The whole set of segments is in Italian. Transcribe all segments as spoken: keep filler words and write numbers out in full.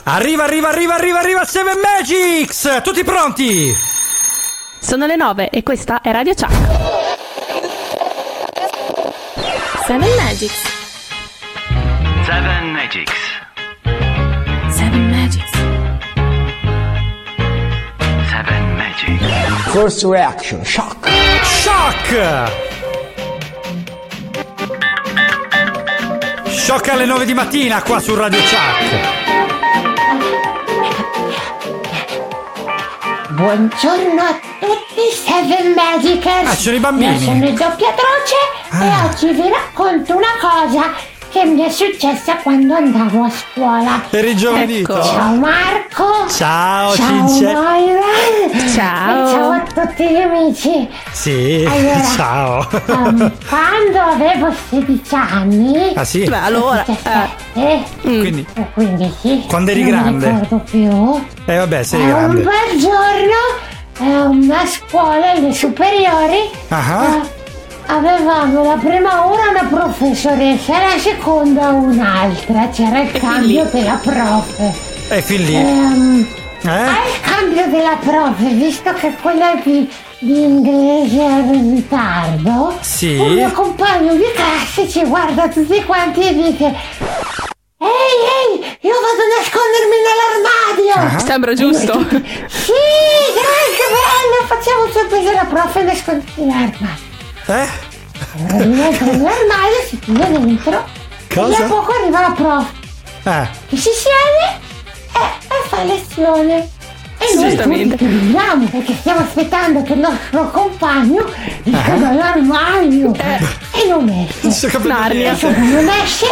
Arriva, arriva, arriva, arriva, arriva Seven Magics! Tutti pronti? Sono le nove e questa è Radio Chuck. Seven Magics. Seven Magics. Seven Magics. Seven Magics. First reaction, shock. Shock! Shock alle nove di mattina qua su Radio Chuck. Buongiorno a tutti, Seven Magicers. Ah, ci sono i bambini. Io sono il doppia atroce ah. e oggi vi racconto una cosa che mi è successa quando andavo a scuola. Eri giovedito. Ecco. Ciao Marco. Ciao, ciao Cince. Moira. Ciao. E ciao a tutti gli amici. Sì, allora, ciao. Um, quando avevo sedici anni. Ah sì? Beh, allora. Eh, Quindi, eh, quindi quando eri non grande? Non mi ricordo più. Eh vabbè, sei Eh, grande. Un bel giorno, eh, una scuola, alle superiori, Ah. eh, avevamo la prima ora una professoressa e la seconda un'altra. C'era il cambio della profe. E fin lì. Ehm, Eh? Al cambio della profe, visto che quella di, di inglese era in ritardo, Sì. un mio compagno di classe ci guarda tutti quanti e dice: Ehi, ehi, io vado a nascondermi nell'armadio! Ah. Sembra giusto. Sì, dai, che bello! Facciamo sorpresa alla prof e nascondermi nell'armadio. Eh? Allora entra nell'armadio, si chiude dentro. Cosa? E a poco arriva la prof, Eh. che si siede e, e fa lezione. E noi Giustamente. tutti ridiamo perché stiamo aspettando che il nostro compagno esca dall'armadio. E non esce. Non si capisce Narnia. niente. Non esce,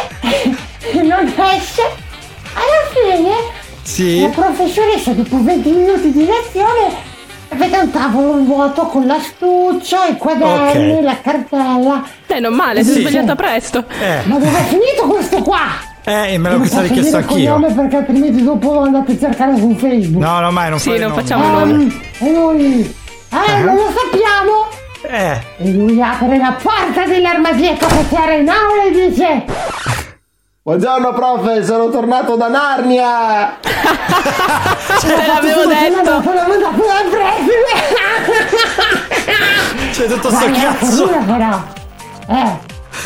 non esce. Alla fine Sì. la professoressa, dopo venti minuti di lezione, vede un tavolo vuoto con l'astuccio, i quaderni, Ok. la cartella. Eh, non male, sei Sì. svegliata presto. Eh. Ma dove è finito questo qua? Eh, me lo Non sarei posso chiesto dire anch'io. cognome perché altrimenti dopo lo andate a cercare su Facebook. No, no, mai non Sì, fare non nomi. facciamo nomi. Ehm, e lui, eh, non lo sappiamo. Eh. E lui apre la porta dell'armadietto che c'era in aula e dice: Buongiorno profe, sono tornato da Narnia. Te l'avevo detto. C'è tutto sto Dai, era cazzo. carina però. Eh.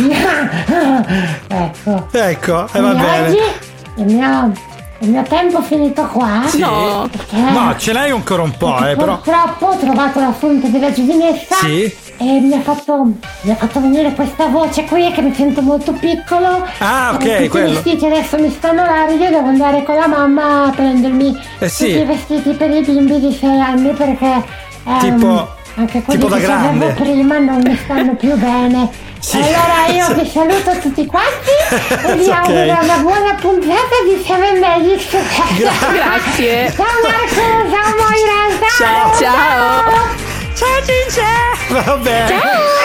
Ecco. Ecco, e eh, va Quindi bene. oggi il mio, il mio tempo è finito qua. Sì. No. Perché, No, ce n'hai ancora un po', perché eh, però. purtroppo ho trovato la fonte della giovinezza. Sì. E mi ha fatto mi ha fatto venire questa voce qui che mi sento molto piccolo. Ah, ok, E tutti quello. i vestiti adesso mi stanno larghi. Io devo andare con la mamma a prendermi Eh, sì. tutti i vestiti per i bimbi di sei anni perché ehm, Tipo- anche quelli tipo da che avevo grande. prima non mi stanno più bene. Sì. Allora io vi saluto tutti quanti e vi Ok. auguro una buona puntata di Seven Magics. Grazie. Ciao Marco, ciao Moira, Ciao. Ciao. ciao Cince. Va bene.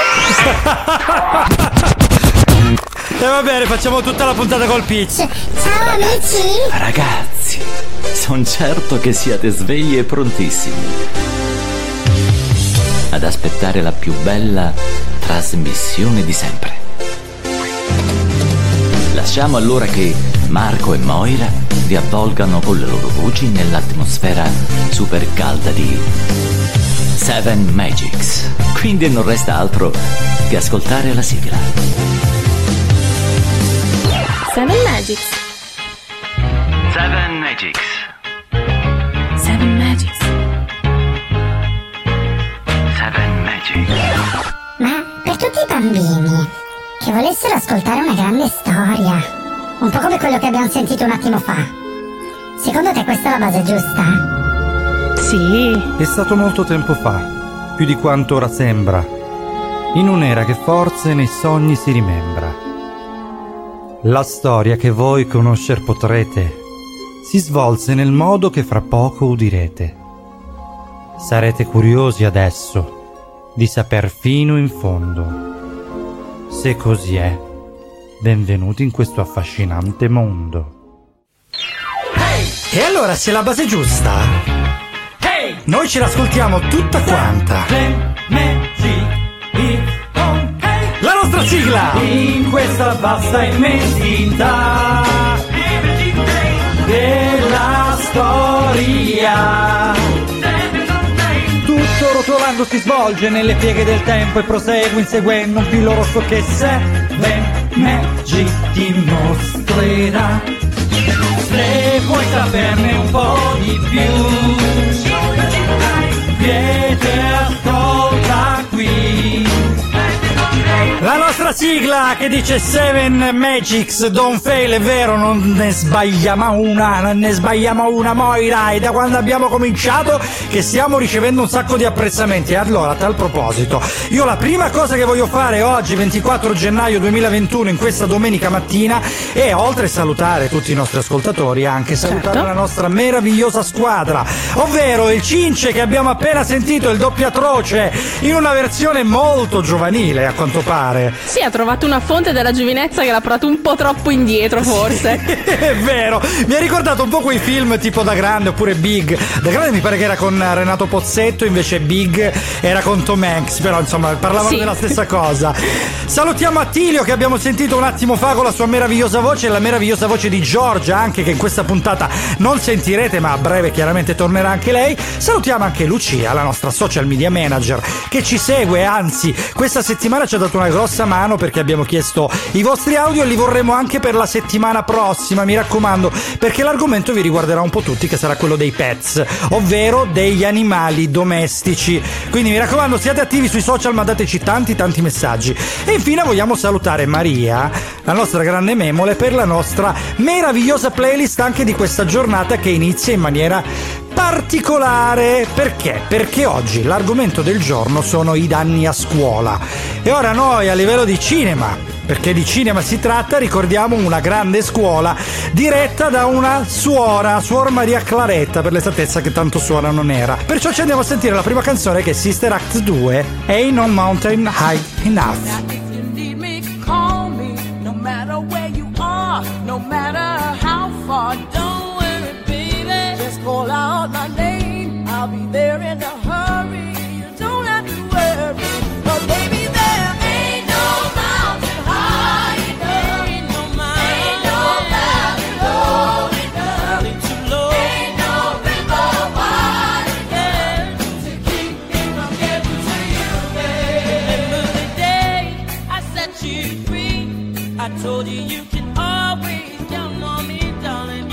E va bene, facciamo tutta la puntata col pitch. Ciao amici. Ragazzi, son certo che siete svegli e prontissimi ad aspettare la più bella trasmissione di sempre. Lasciamo allora che Marco e Moira vi avvolgano con le loro voci nell'atmosfera super calda di Seven Magics. Quindi non resta altro che ascoltare la sigla. Seven Magics. Seven Magics. Seven Magics. Seven Magics. Ma per tutti i bambini che volessero ascoltare una grande storia, un po' come quello che abbiamo sentito un attimo fa, secondo te questa è la base giusta? Sì. È stato molto tempo fa, più di quanto ora sembra, in un'era che forse nei sogni si rimembra. La storia che voi conoscer potrete si svolse nel modo che fra poco udirete. Sarete curiosi adesso di saper fino in fondo. Se così è, benvenuti in questo affascinante mondo. E allora, se la base è giusta, noi ce l'ascoltiamo tutta quanta. La nostra sigla! In questa vasta immensità della magia. Tutto rotolando si svolge nelle pieghe del tempo e prosegue inseguendo un filo rosso che Seven Magic ti mostrerà. Se vuoi saperne un po' di più, vieni ascolta qui la nostra sigla che dice Seven Magics don't fail, è vero, non ne sbagliamo una, non ne sbagliamo una, Moira, e da quando abbiamo cominciato che stiamo ricevendo un sacco di apprezzamenti. E allora, a tal proposito, io la prima cosa che voglio fare oggi, ventiquattro gennaio duemilaventuno, in questa domenica mattina, è, oltre a salutare tutti i nostri ascoltatori, anche salutare certo. la nostra meravigliosa squadra, ovvero il Cince che abbiamo appena sentito, il doppiatroce, in una versione molto giovanile a quanto pare. Sì, ha trovato una fonte della giovinezza che l'ha portato un po' troppo indietro, forse. È vero, mi ha ricordato un po' quei film tipo Da Grande oppure Big. Da Grande mi pare che era con Renato Pozzetto, invece Big era con Tom Hanks, però insomma parlavano Sì. della stessa cosa. Salutiamo Attilio che abbiamo sentito un attimo fa con la sua meravigliosa voce e la meravigliosa voce di Giorgia, anche che in questa puntata non sentirete, ma a breve chiaramente tornerà anche lei. Salutiamo anche Lucia, la nostra social media manager, che ci segue, anzi questa settimana ci ha dato una grossa mano perché abbiamo chiesto i vostri audio e li vorremmo anche per la settimana prossima, mi raccomando, perché l'argomento vi riguarderà un po' tutti, che sarà quello dei pets, ovvero degli animali domestici. Quindi mi raccomando, siate attivi sui social, mandateci tanti tanti messaggi. E infine vogliamo salutare Maria, la nostra grande memole, per la nostra meravigliosa playlist anche di questa giornata che inizia in maniera particolare. Perché? Perché oggi l'argomento del giorno sono i danni a scuola. E ora noi a livello di cinema, perché di cinema si tratta, ricordiamo una grande scuola diretta da una suora, Suor Maria Claretta, per l'esattezza, che tanto suora non era. Perciò ci andiamo a sentire la prima canzone, che è Sister Act due, Ain't No Mountain High Enough. Call out my name, I'll be there in a hurry. You don't have to worry, but baby, there ain't no mountain high enough. Ain't no mountain, ain't no valley low enough. Valley too low. Ain't no river wide enough to keep me from getting to you, babe. Remember the day I set you free? I told you you can always count on me, darling.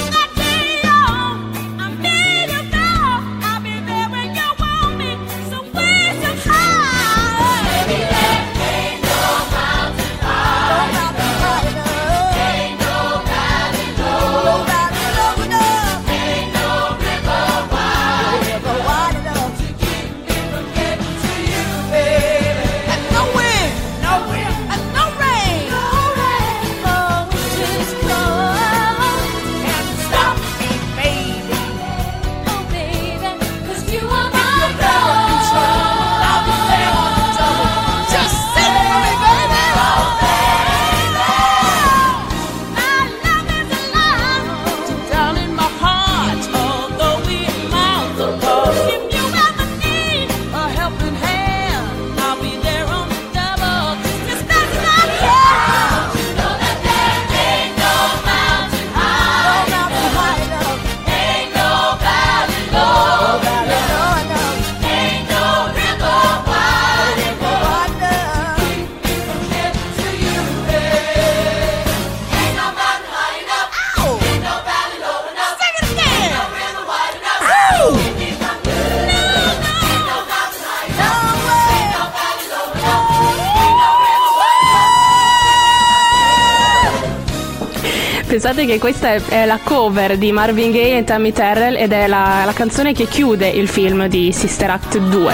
Pensate che questa è, è la cover di Marvin Gaye e Tammy Terrell ed è la, la canzone che chiude il film di Sister Act due.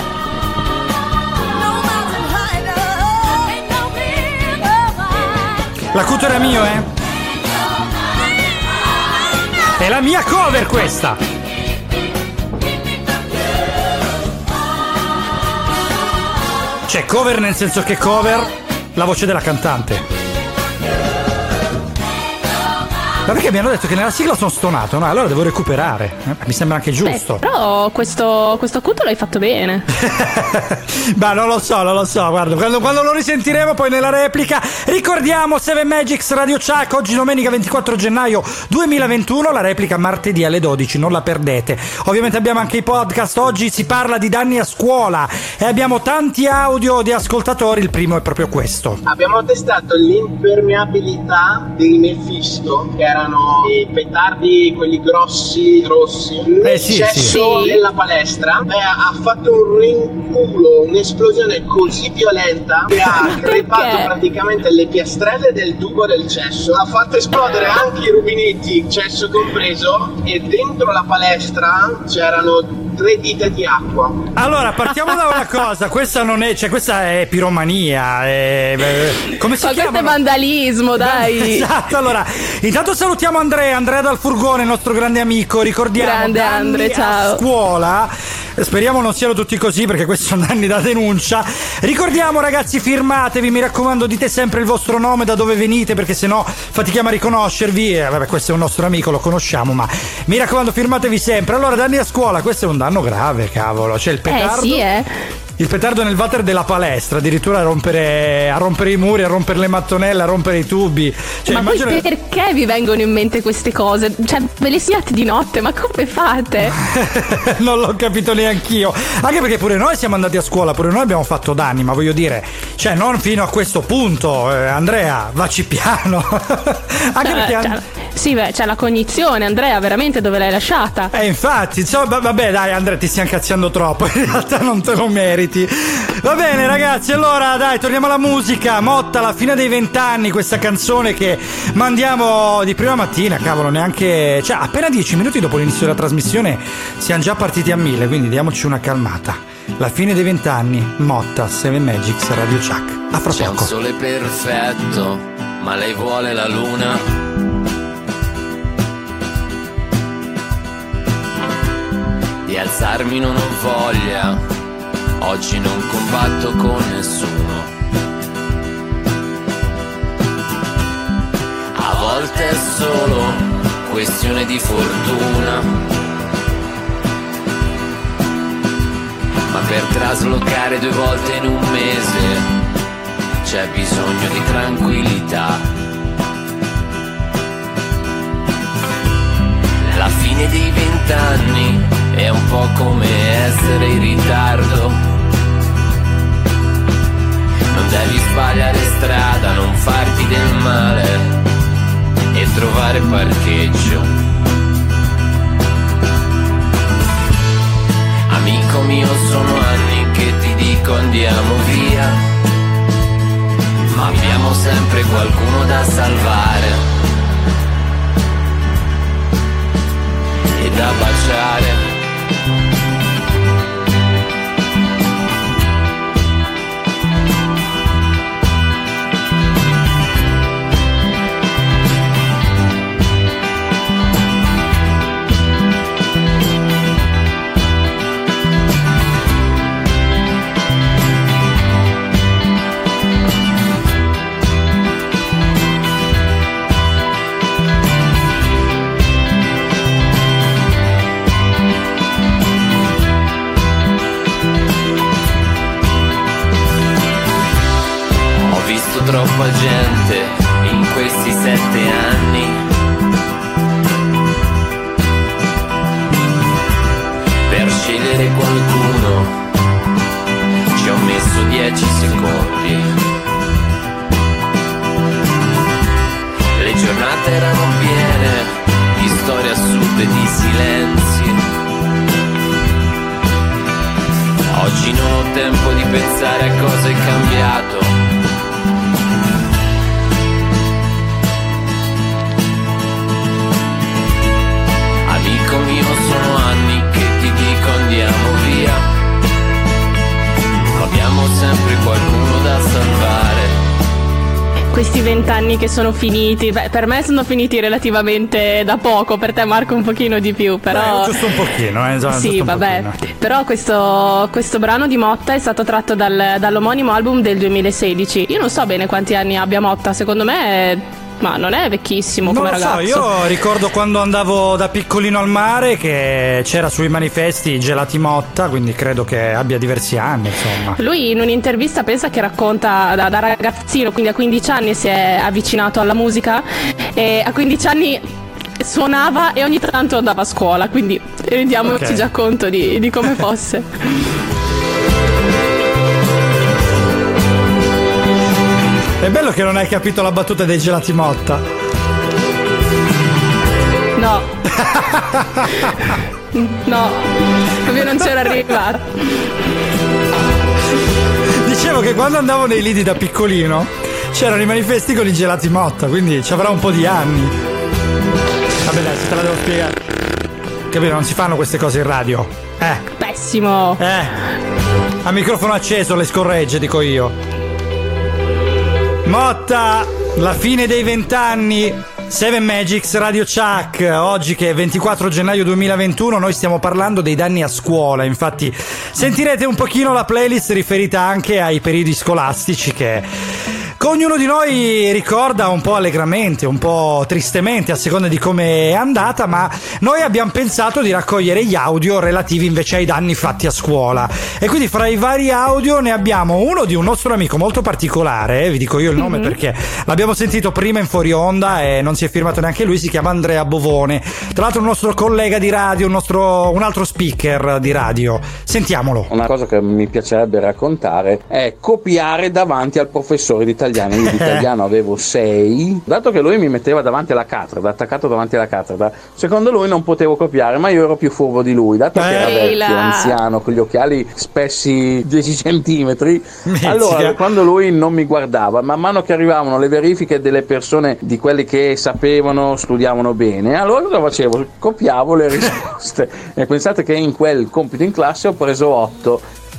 L'acuto era mio, eh? È la mia cover questa! Cioè, cover nel senso che cover la voce della cantante. Ma perché mi hanno detto che nella sigla sono stonato, no? Allora devo recuperare. Eh, mi sembra anche giusto. Beh, però questo, questo acuto l'hai fatto bene. Ma non lo so, non lo so. Guarda, quando, quando lo risentiremo poi nella replica. Ricordiamo Seven Magics Radio Chuck. Oggi domenica ventiquattro gennaio duemilaventuno. La replica martedì alle dodici. Non la perdete. Ovviamente abbiamo anche i podcast. Oggi si parla di danni a scuola e abbiamo tanti audio di ascoltatori. Il primo è proprio questo. Abbiamo testato l'impermeabilità dei Mephisto, che erano i petardi, quelli grossi, rossi, Eh, nel sì, cesso sì. della palestra. Beh, ha fatto un rinculo, un'esplosione così violenta che ha crepato Perché? praticamente le piastrelle del tubo del cesso, ha fatto esplodere anche i rubinetti, cesso compreso, e dentro la palestra c'erano tre dita di acqua. Allora, partiamo da una cosa. Questa non è, cioè, questa è piromania. È, è- come si Ma questo chiama? è vandalismo, dai. Esatto, allora, intanto salutiamo Andrea, Andrea dal Furgone, il nostro grande amico, ricordiamo Grande danni Andre, a ciao. scuola. Speriamo non siano tutti così, perché questi sono danni da denuncia. Ricordiamo, ragazzi, firmatevi, mi raccomando, dite sempre il vostro nome, da dove venite, perché sennò fatichiamo a riconoscervi. Eh, vabbè, questo è un nostro amico, lo conosciamo, ma mi raccomando, firmatevi sempre. Allora, danni a scuola, questo è un danno grave, cavolo. C'è il Eh petardo. sì, eh. Il petardo nel water della palestra, addirittura a rompere, a rompere i muri, a rompere le mattonelle, a rompere i tubi. Cioè, Ma immagina... poi perché vi vengono in mente queste cose? Cioè, ve le siate di notte, ma come fate? Non l'ho capito neanch'io. Anche perché pure noi siamo andati a scuola, pure noi abbiamo fatto danni, ma voglio dire, cioè non fino a questo punto. eh, Andrea, vacci piano. Anche Cioè, perché cioè, sì, beh, c'è la cognizione, Andrea, veramente dove l'hai lasciata? Eh, infatti, insomma, vabbè, dai, Andrea, ti stai incazziando troppo. In realtà non te lo meriti. Va bene, ragazzi, allora, dai, torniamo alla musica. Motta, la fine dei vent'anni, questa canzone che mandiamo di prima mattina, cavolo, neanche. Cioè, appena dieci minuti dopo l'inizio della trasmissione siamo già partiti a mille, quindi diamoci una calmata. La fine dei vent'anni, Motta, Seven Magics, Radio Chuck. A fra C'è un poco. sole perfetto, ma lei vuole la luna. Di alzarmi non ho voglia, oggi non combatto con nessuno. A volte è solo questione di fortuna, ma per traslocare due volte in un mese c'è bisogno di tranquillità. La fine dei vent'anni è un po' come essere in ritardo. Non devi sbagliare strada, non farti del male e trovare parcheggio. Amico mio, sono anni che ti dico andiamo via, ma abbiamo sempre qualcuno da salvare e da baciare. Troppa gente in questi sette anni, per scegliere qualcuno ci ho messo dieci secondi. Le giornate erano piene di storie assurde, di silenzi. Oggi non ho tempo di pensare a cosa è cambiato. Amico mio, sono anni che ti dico andiamo via, ma abbiamo sempre qualcuno da salvare. Questi vent'anni che sono finiti, beh, per me sono finiti relativamente da poco, per te Marco un pochino di più, però... Beh, giusto un pochino, eh, giusto Sì, un vabbè, pochino. però questo, questo brano di Motta è stato tratto dal, dall'omonimo album del duemilasedici. Io non so bene quanti anni abbia Motta, secondo me Ma non è vecchissimo come non lo ragazzo. so, io ricordo quando andavo da piccolino al mare che c'era sui manifesti Gelati Motta, quindi credo che abbia diversi anni, insomma. Lui in un'intervista pensa che racconta da, da ragazzino, quindi a quindici anni si è avvicinato alla musica e a quindici anni suonava e ogni tanto andava a scuola, quindi rendiamoci Ok. già conto di, di come fosse. È bello che non hai capito la battuta dei Gelati Motta. No. No, proprio non c'era arrivato. Dicevo che quando andavo nei lidi da piccolino c'erano i manifesti con i Gelati Motta, quindi ci avrà un po' di anni. Vabbè dai, se te la devo spiegare. Capito, non si fanno queste cose in radio. Eh. Pessimo. Eh. A microfono acceso le scorregge, dico io. Motta, la fine dei vent'anni, Seven Magics, Radio Chuck. Oggi che è ventiquattro gennaio duemilaventuno, noi stiamo parlando dei danni a scuola. Infatti sentirete un pochino la playlist riferita anche ai periodi scolastici che ognuno di noi ricorda un po' allegramente, un po' tristemente a seconda di come è andata, ma noi abbiamo pensato di raccogliere gli audio relativi invece ai danni fatti a scuola. E quindi fra i vari audio ne abbiamo uno di un nostro amico molto particolare, eh, vi dico io il nome mm-hmm. perché l'abbiamo sentito prima in fuori onda e non si è firmato neanche lui, si chiama Andrea Bovone. Tra l'altro un nostro collega di radio, un, nostro, un altro speaker di radio. Sentiamolo. Una cosa che mi piacerebbe raccontare è copiare davanti al professore di italiano. Io di italiano avevo sei, dato che lui mi metteva davanti alla cattedra, attaccato davanti alla cattedra, secondo lui non potevo copiare, ma io ero più furbo di lui, dato che era vecchio, anziano, con gli occhiali spessi dieci centimetri. Mizzica. Allora quando lui non mi guardava, man mano che arrivavano le verifiche delle persone, di quelli che sapevano, studiavano bene, allora cosa facevo? Copiavo le risposte e pensate che in quel compito in classe ho preso otto.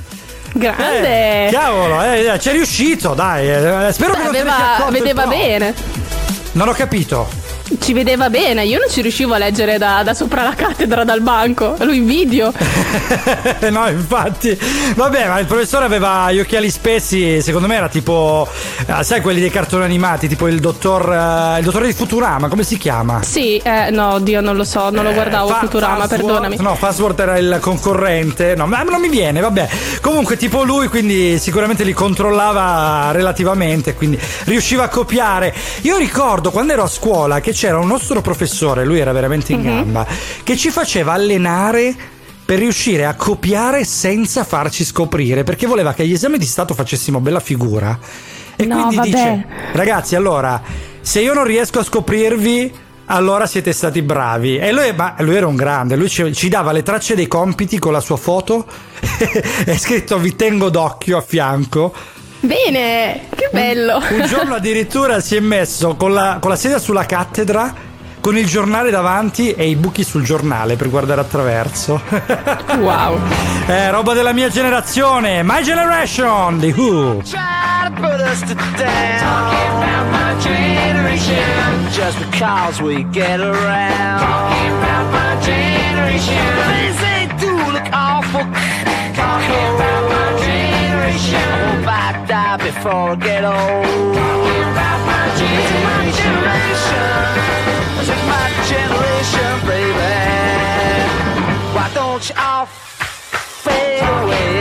Grande. Eh, cavolo, eh, c'è riuscito, dai. Eh, spero Beh, che non aveva, te ne sia accorto vedeva il prof. bene. Non ho capito. Ci vedeva bene, io non ci riuscivo a leggere da, da sopra la cattedra dal banco, lui in video. No, infatti. Vabbè, ma il professore aveva gli occhiali spessi, secondo me era tipo, eh, sai, quelli dei cartoni animati, tipo il dottor eh, il dottore di Futurama, come si chiama? Sì, eh, no, Dio, non lo so, non lo guardavo Eh, fa- Futurama, Farnsworth- perdonami. No, Farnsworth era il concorrente. No, ma non mi viene, vabbè. Comunque, tipo lui, quindi sicuramente li controllava relativamente, quindi riusciva a copiare. Io ricordo quando ero a scuola che c'era un nostro professore, lui era veramente in Mhm. gamba, che ci faceva allenare per riuscire a copiare senza farci scoprire, perché voleva che agli esami di Stato facessimo bella figura. E No, quindi vabbè. dice: ragazzi, allora, se io non riesco a scoprirvi, allora siete stati bravi. E lui, ma lui era un grande, lui ci, ci dava le tracce dei compiti con la sua foto è scritto "vi tengo d'occhio" a fianco. Bene, che bello. Un giorno addirittura si è messo con la, con la sedia sulla cattedra, con il giornale davanti e i buchi sul giornale per guardare attraverso. Wow. Eh, roba della mia generazione, My Generation di Who. Try to put us to down. Talking about my generation. Just because we get around. Talking about my generation. Things they do look awful. Talking about my generation. I hope I die before I get old. Talking about my generation. This is my generation. This is my generation, baby. Why don't you all fade away?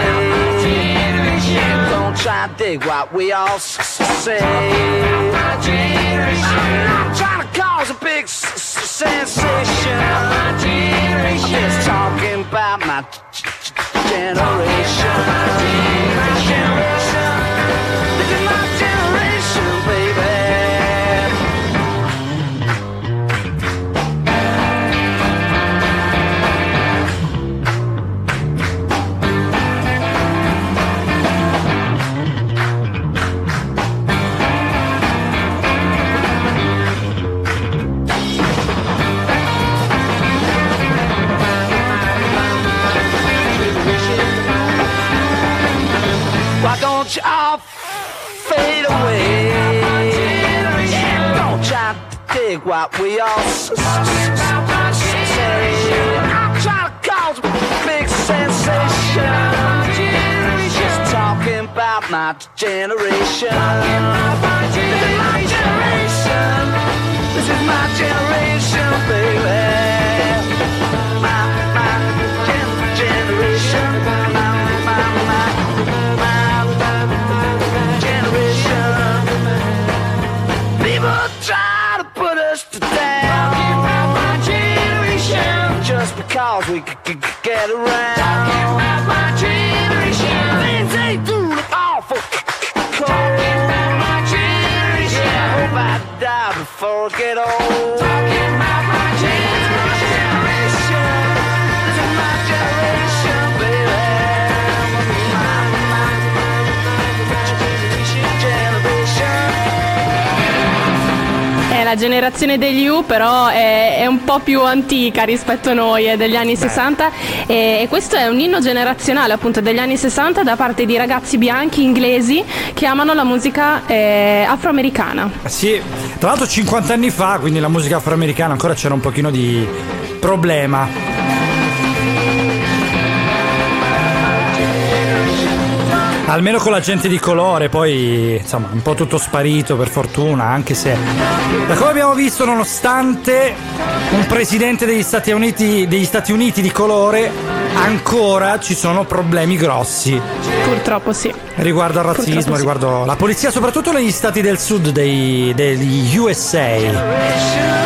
Don't try to dig what we all s- say. My generation. I'm not trying to cause a big s- s- sensation. My generation. I'm just talking about my g- g- generation. My generation. This is my generation, baby. Why don't you all fade away? Yeah, don't try to dig what we all s- s- s- say. I'm trying to cause a big sensation. Just talking about my generation. This is my generation. my generation, baby. My, my gen- generation. My, my, my, my generation. People try to put us to down. Talking about my generation. Just because we c- c- get around. Talking about my generation. Things they do look awful cold. Talking about my generation. Yeah, I hope I die before I get old. Talking about my generation. This is my generation, baby. My, my, generation, generation. È la generazione degli U, però è, è un po' più antica rispetto a noi, è degli anni sessanta, e, e questo è un inno generazionale appunto degli anni sessanta da parte di ragazzi bianchi inglesi che amano la musica eh, afroamericana. Sì, tra l'altro cinquanta anni fa, quindi la musica afroamericana ancora c'era un pochino di problema. Almeno con la gente di colore, poi insomma un po' tutto sparito per fortuna, anche se da come abbiamo visto, nonostante un presidente degli Stati Uniti, degli Stati Uniti di colore, ancora ci sono problemi grossi. Purtroppo sì. Riguardo al razzismo, Purtroppo sì. riguardo la polizia, soprattutto negli stati del sud dei, degli U S A.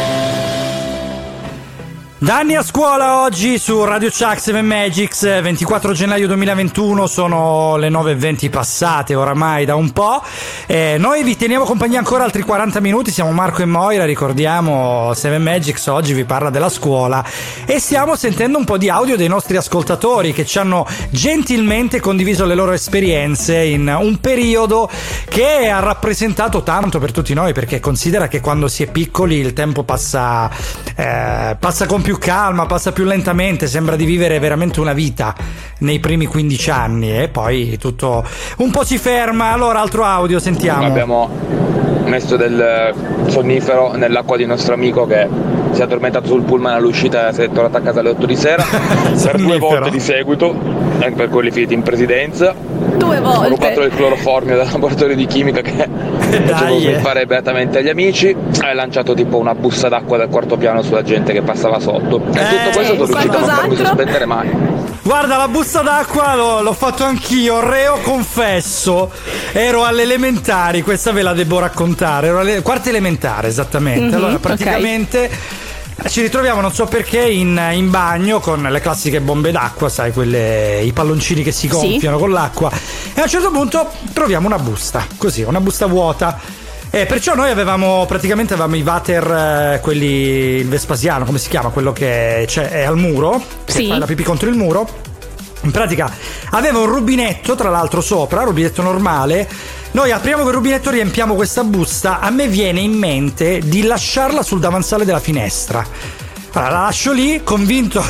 Danni a scuola oggi su Radio Chuck Seven Magics, ventiquattro gennaio duemilaventuno, sono le nove e venti passate oramai da un po'. Eh, noi vi teniamo compagnia ancora altri quaranta minuti, siamo Marco e Moira, ricordiamo Seven Magics oggi vi parla della scuola e stiamo sentendo un po' di audio dei nostri ascoltatori che ci hanno gentilmente condiviso le loro esperienze in un periodo che ha rappresentato tanto per tutti noi, perché considera che quando si è piccoli il tempo passa, eh, passa con più più calma, passa più lentamente, sembra di vivere veramente una vita nei primi quindici anni e poi tutto un po' si ferma. Allora, altro audio, sentiamo. Abbiamo messo del sonnifero nell'acqua di nostro amico che si è addormentato sul pullman all'uscita, si è tornato a casa alle otto di sera per due volte di seguito, anche per quelli finiti in presidenza. Due volte. Ho rubato il cloroformio dal laboratorio di chimica che facevo fare beatamente agli amici. Hai lanciato tipo una busta d'acqua dal quarto piano sulla gente che passava sotto. E tutto Eh, questo sono riuscito a non farmi sospendere mai. Guarda, la busta d'acqua l'ho, l'ho fatto anch'io, reo confesso. Ero alle elementari, questa ve la devo raccontare. Ero alle quarta elementare, esattamente. Mhm, allora, praticamente ci ritroviamo, non so perché, in, in bagno con le classiche bombe d'acqua, sai, quelle, i palloncini che si gonfiano con l'acqua. E a un certo punto troviamo una busta, così, una busta vuota. E perciò noi avevamo, praticamente avevamo i water, eh, quelli, il Vespasiano, come si chiama? Quello che c'è, è al muro, che Sì. fa la pipì contro il muro. In pratica aveva un rubinetto, tra l'altro sopra, rubinetto normale. Noi apriamo quel rubinetto, riempiamo questa busta. A me viene in mente di lasciarla sul davanzale della finestra. Allora, la lascio lì, convinto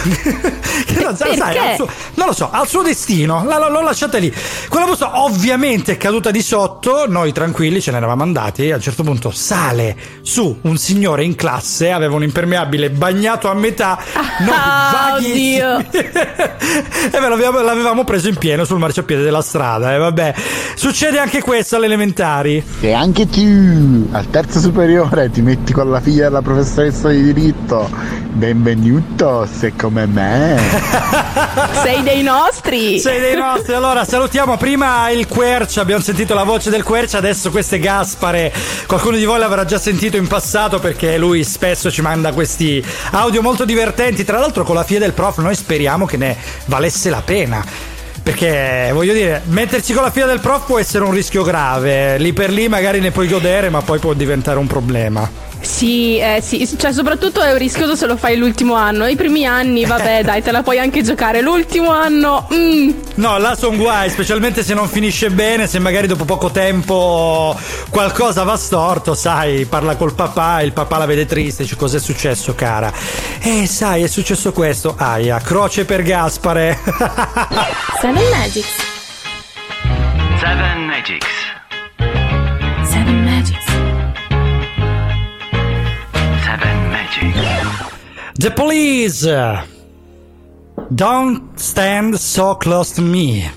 che non, sai, sai, al suo, non lo so, al suo destino, la, l'ho lasciata lì. Quella busta ovviamente è caduta di sotto, noi tranquilli ce ne eravamo andati. A un certo punto sale su un signore in classe, aveva un impermeabile bagnato a metà, noi Ah, vaghissimi. oddio. E beh, l'avevamo, l'avevamo preso in pieno sul marciapiede della strada. E vabbè, succede anche questo alle elementari. E anche tu al terzo superiore ti metti con la figlia della professoressa di diritto. Benvenuto, sei come me. Sei dei nostri. Sei dei nostri. Allora salutiamo prima il Quercia, abbiamo sentito la voce del Quercia, adesso questo è Gaspare. Qualcuno di voi l'avrà già sentito in passato perché lui spesso ci manda questi audio molto divertenti. Tra l'altro con la figlia del prof noi speriamo che ne valesse la pena. Perché voglio dire, metterci con la figlia del prof può essere un rischio grave. Lì per lì magari ne puoi godere, ma poi può diventare un problema. Sì, eh, sì, cioè soprattutto è rischioso se lo fai l'ultimo anno. I primi anni, vabbè, dai, te la puoi anche giocare. L'ultimo anno, mm. No, là sono guai, specialmente se non finisce bene, se magari dopo poco tempo qualcosa va storto, sai, parla col papà, il papà la vede triste, dice cos'è successo, cara? Eh, sai, è successo questo. Aia, croce per Gaspare. Seven Magics. Seven Magics. Seven Magics. Seven Magics. The Police. Don't stand so close to me.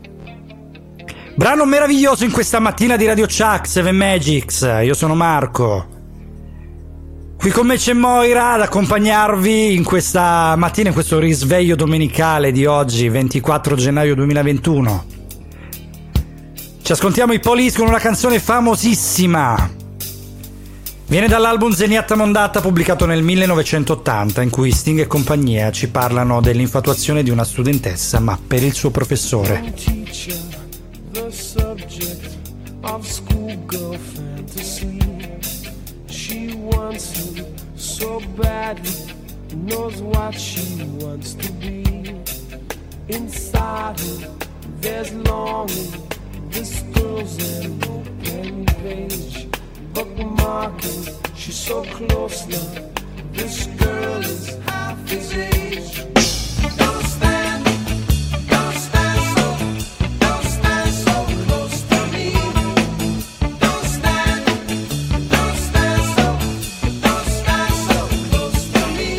Brano meraviglioso in questa mattina di Radio Chuck Seven Magics. Io sono Marco. Qui con me c'è Moira ad accompagnarvi in questa mattina, in questo risveglio domenicale di oggi, ventiquattro gennaio duemilaventuno. Ci ascoltiamo i Police con una canzone famosissima. Viene dall'album Zeniatta Mondatta, pubblicato nel millenovecentottanta, in cui Sting e compagnia ci parlano dell'infatuazione di una studentessa, ma per il suo professore. The subject of schoolgirl fantasy. She wants him so badly, knows what she wants to be. Inside her, there's longing. This girl's an open page, bookmarking. She's so close now. This girl is half his age. Don't stand, don't stand so, don't stand so close to me. Don't stand, don't stand so, don't stand so close to me.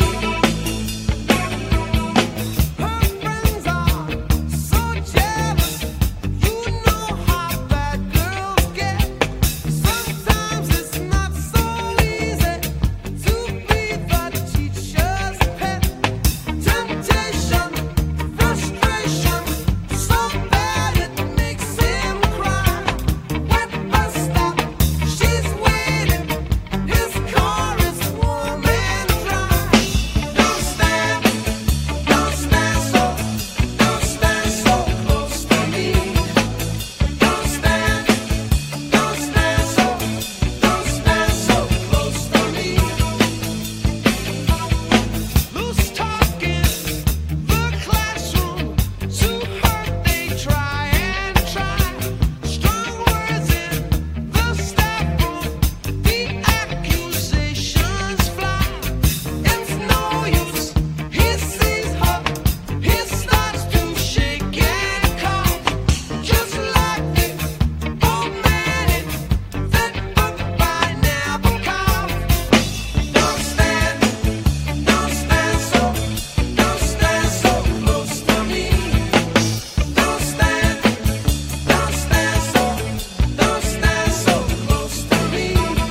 Her friends are so jealous. You know how bad girls get. Sometimes it's not so easy to be the teacher's pet. Temptation, frustration, so bad it makes him cry. Wet bus stop, she's waiting. His car is warm and dry. Don't stand, don't stand so, don't stand so close to me. Don't stand, don't stand so, don't stand so close to me. Loose talk in the classroom, to hurt they try and try. Strong words in the staff room, the accusations fly. It's no use, he sees her, he starts to shake and cough. Just like the old man in that book by Nabokov. Don't stand, don't stand so, don't stand so close to me. Don't stand, don't stand so, don't stand so close to me.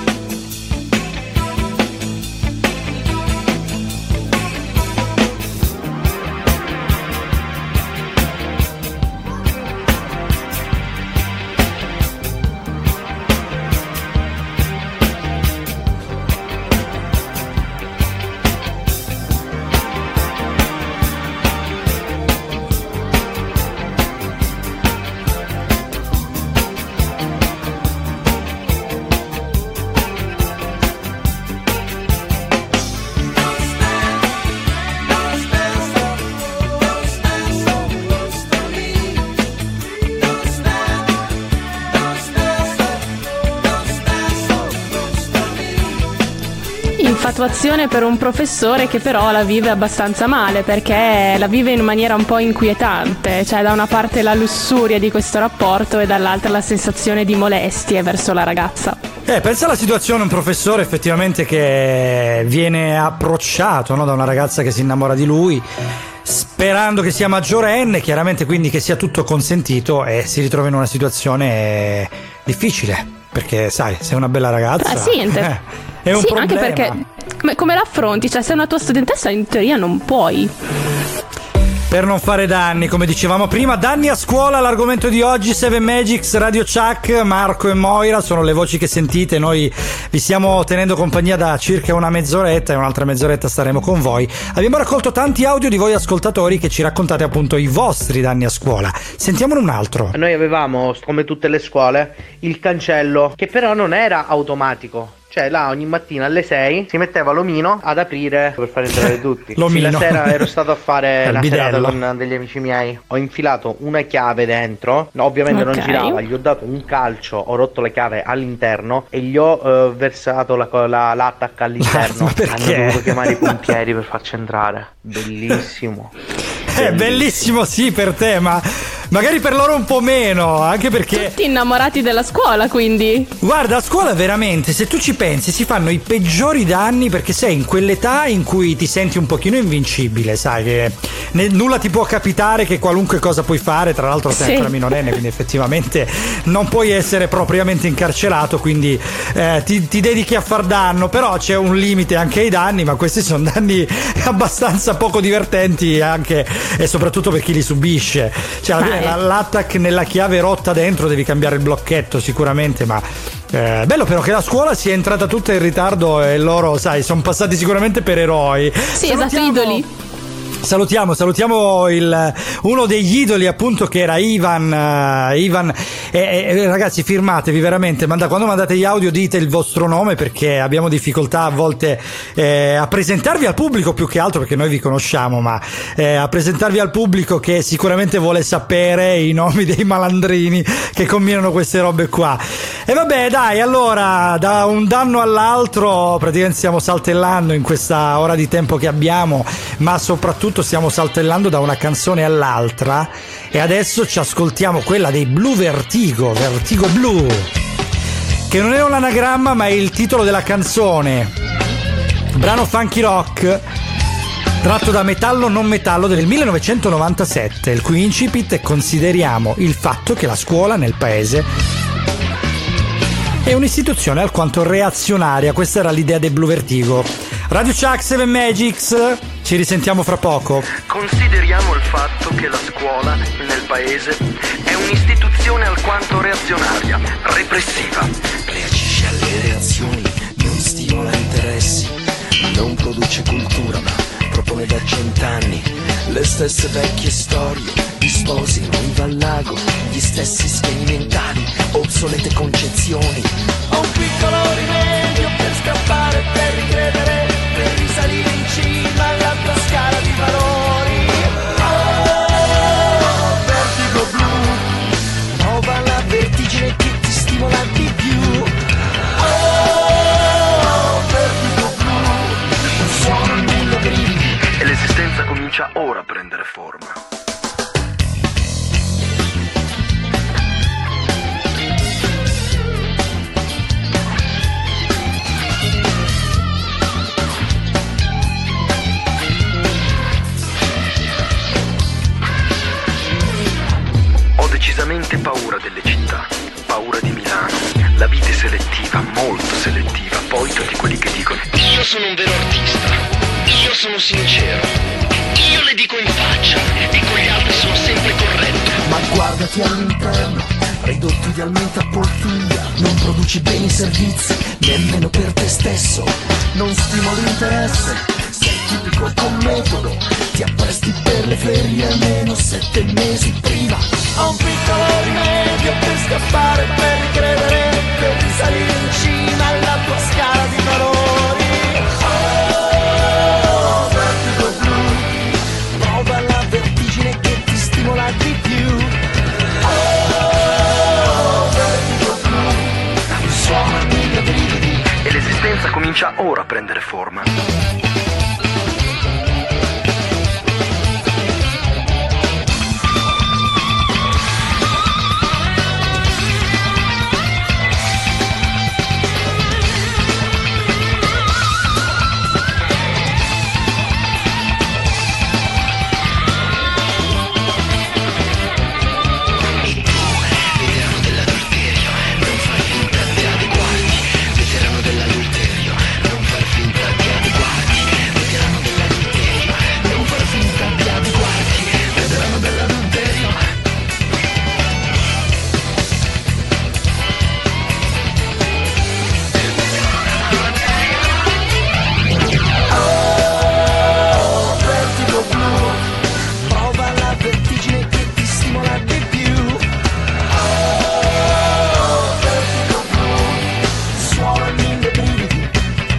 Infatuazione per un professore che però la vive abbastanza male, perché la vive in maniera un po' inquietante, cioè da una parte la lussuria di questo rapporto e dall'altra la sensazione di molestie verso la ragazza. Eh, pensa alla situazione, un professore effettivamente che viene approcciato, no, da una ragazza che si innamora di lui, sperando che sia maggiorenne, chiaramente, quindi che sia tutto consentito, e si ritrova in una situazione difficile, perché sai, sei una bella ragazza. Ah, sì, inter- eh, è un sì, problema. anche perché come, come l'affronti? Cioè, sei una tua studentessa, in teoria non puoi. Per non fare danni, come dicevamo prima, danni a scuola, l'argomento di oggi. Seven Magics, Radio Chuck, Marco e Moira sono le voci che sentite. Noi vi stiamo tenendo compagnia da circa una mezz'oretta, e un'altra mezz'oretta staremo con voi. Abbiamo raccolto tanti audio di voi ascoltatori che ci raccontate appunto i vostri danni a scuola. Sentiamone un altro. Noi avevamo, come tutte le scuole, il cancello, che però non era automatico. Cioè là ogni mattina alle sei si metteva l'omino ad aprire per far entrare tutti. L'omino. Sì, la sera ero stato a fare una bidello. serata con degli amici miei. Ho infilato una chiave dentro. No, ovviamente Ok. non girava. Gli ho dato un calcio, ho rotto la chiave all'interno e gli ho eh, versato la, la, l'attack all'interno. Ma perché? Hanno dovuto chiamare i pompieri per farci entrare. Bellissimo. È bellissimo, sì, per te, ma magari per loro un po' meno, anche perché... Tutti innamorati della scuola, quindi. Guarda, a scuola veramente, se tu ci pensi, si fanno i peggiori danni, perché sei in quell'età in cui ti senti un pochino invincibile, sai, che ne- nulla ti può capitare, che qualunque cosa puoi fare, tra l'altro sei Sì. ancora minorenne, quindi effettivamente non puoi essere propriamente incarcerato, quindi eh, ti, ti dedichi a far danno, però c'è un limite anche ai danni, ma questi sono danni abbastanza poco divertenti anche e soprattutto per chi li subisce. Cioè, alla fine, la- l'attack nella chiave rotta dentro, devi cambiare il blocchetto sicuramente, ma eh, bello però che la scuola sia entrata tutta in ritardo e loro, sai, sono passati sicuramente per eroi. Sì, esatto, idoli. Salutiamo, salutiamo il, uno degli idoli appunto, che era Ivan. eh, Ivan e, e, ragazzi, firmatevi veramente, manda, quando mandate gli audio dite il vostro nome, perché abbiamo difficoltà a volte eh, a presentarvi al pubblico, più che altro perché noi vi conosciamo, ma eh, a presentarvi al pubblico che sicuramente vuole sapere i nomi dei malandrini che combinano queste robe qua. E vabbè, dai, allora da un danno all'altro praticamente stiamo saltellando in questa ora di tempo che abbiamo, ma soprattutto stiamo saltellando da una canzone all'altra, e adesso ci ascoltiamo quella dei Blue Vertigo, Vertigo Blue, che non è un anagramma ma è il titolo della canzone, brano funky rock tratto da Metallo non metallo del millenovecentonovantasette, il cui incipit è: consideriamo il fatto che la scuola nel paese è un'istituzione alquanto reazionaria. Questa era l'idea dei Blue Vertigo. Radio Chuck, Seven Magics, ci risentiamo fra poco. Consideriamo il fatto che la scuola nel paese è un'istituzione alquanto reazionaria, repressiva. Reagisce alle reazioni, non stimola interessi, non produce cultura ma propone da cent'anni le stesse vecchie storie, gli sposi, riva al lago, gli stessi schemi mentali, obsolete concezioni. Ho un piccolo rimedio per scappare, per ricredere, per risalire in cima alla tua scala di valori. Oh, vertigo blu, Prova la vertigine che ti stimola di più. oh, vertigo blu, Sono mille brividi E l'esistenza comincia ora a prendere forma. Ho decisamente paura delle città, paura di Milano. La vita è selettiva, molto selettiva. Poi tutti quelli che dicono: Io sono un vero artista, io sono sincero, io le dico in faccia e con gli altri sono sempre corretto. Ma guardati all'interno, ridotto idealmente a poltiglia, non produci beni servizi, nemmeno per te stesso, non stimoli l'interesse, sei tipico con metodo, ti appresti per le ferie almeno sette mesi prima. ho un piccolo rimedio per scappare, per ricredere, per risalire in cima alla tua scala di valori. Oh, vertigo blu, Prova la vertigine che ti stimola di più. oh, vertigo blu, Suona mille brividi e l'esistenza comincia ora a prendere forma. Veterano dell'adulterio, non far finta di adeguarti. Veterano dell'adulterio, non far finta di adeguarti. Veterano dell'adulterio. oh, vertigo blu, Prova la vertigine che ti stimola di più. oh, vertigo blu, Suona mille brividi.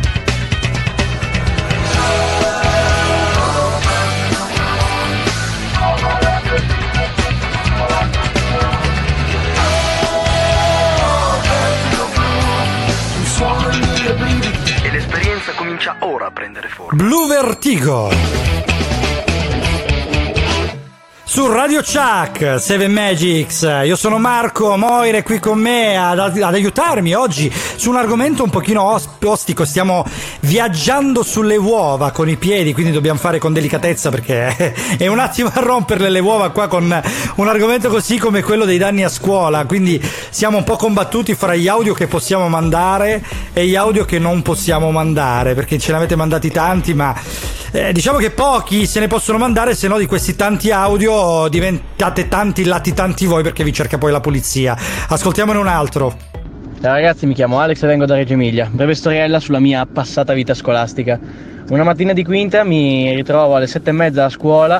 suono mille brividi. E l'esperienza comincia ora a prendere forma. Blue Vertigo. su Radio Chuck, Seven Magics. Io sono Marco, Moira è qui con me ad, ad aiutarmi oggi su un argomento un pochino os- ostico. Stiamo viaggiando sulle uova con i piedi, quindi dobbiamo fare con delicatezza perché è un attimo a romperle le uova qua con un argomento così come quello dei danni a scuola. Quindi siamo un po' combattuti fra gli audio che possiamo mandare e gli audio che non possiamo mandare, perché ce ne avete mandati tanti, ma eh, diciamo che pochi se ne possono mandare, se no di questi tanti audio diventate tanti latitanti voi, perché vi cerca poi la polizia. Ascoltiamone un altro. Ciao ragazzi, mi chiamo Alex e vengo da Reggio Emilia. Breve storiella sulla mia passata vita scolastica. Una mattina di quinta mi ritrovo alle sette e mezza a scuola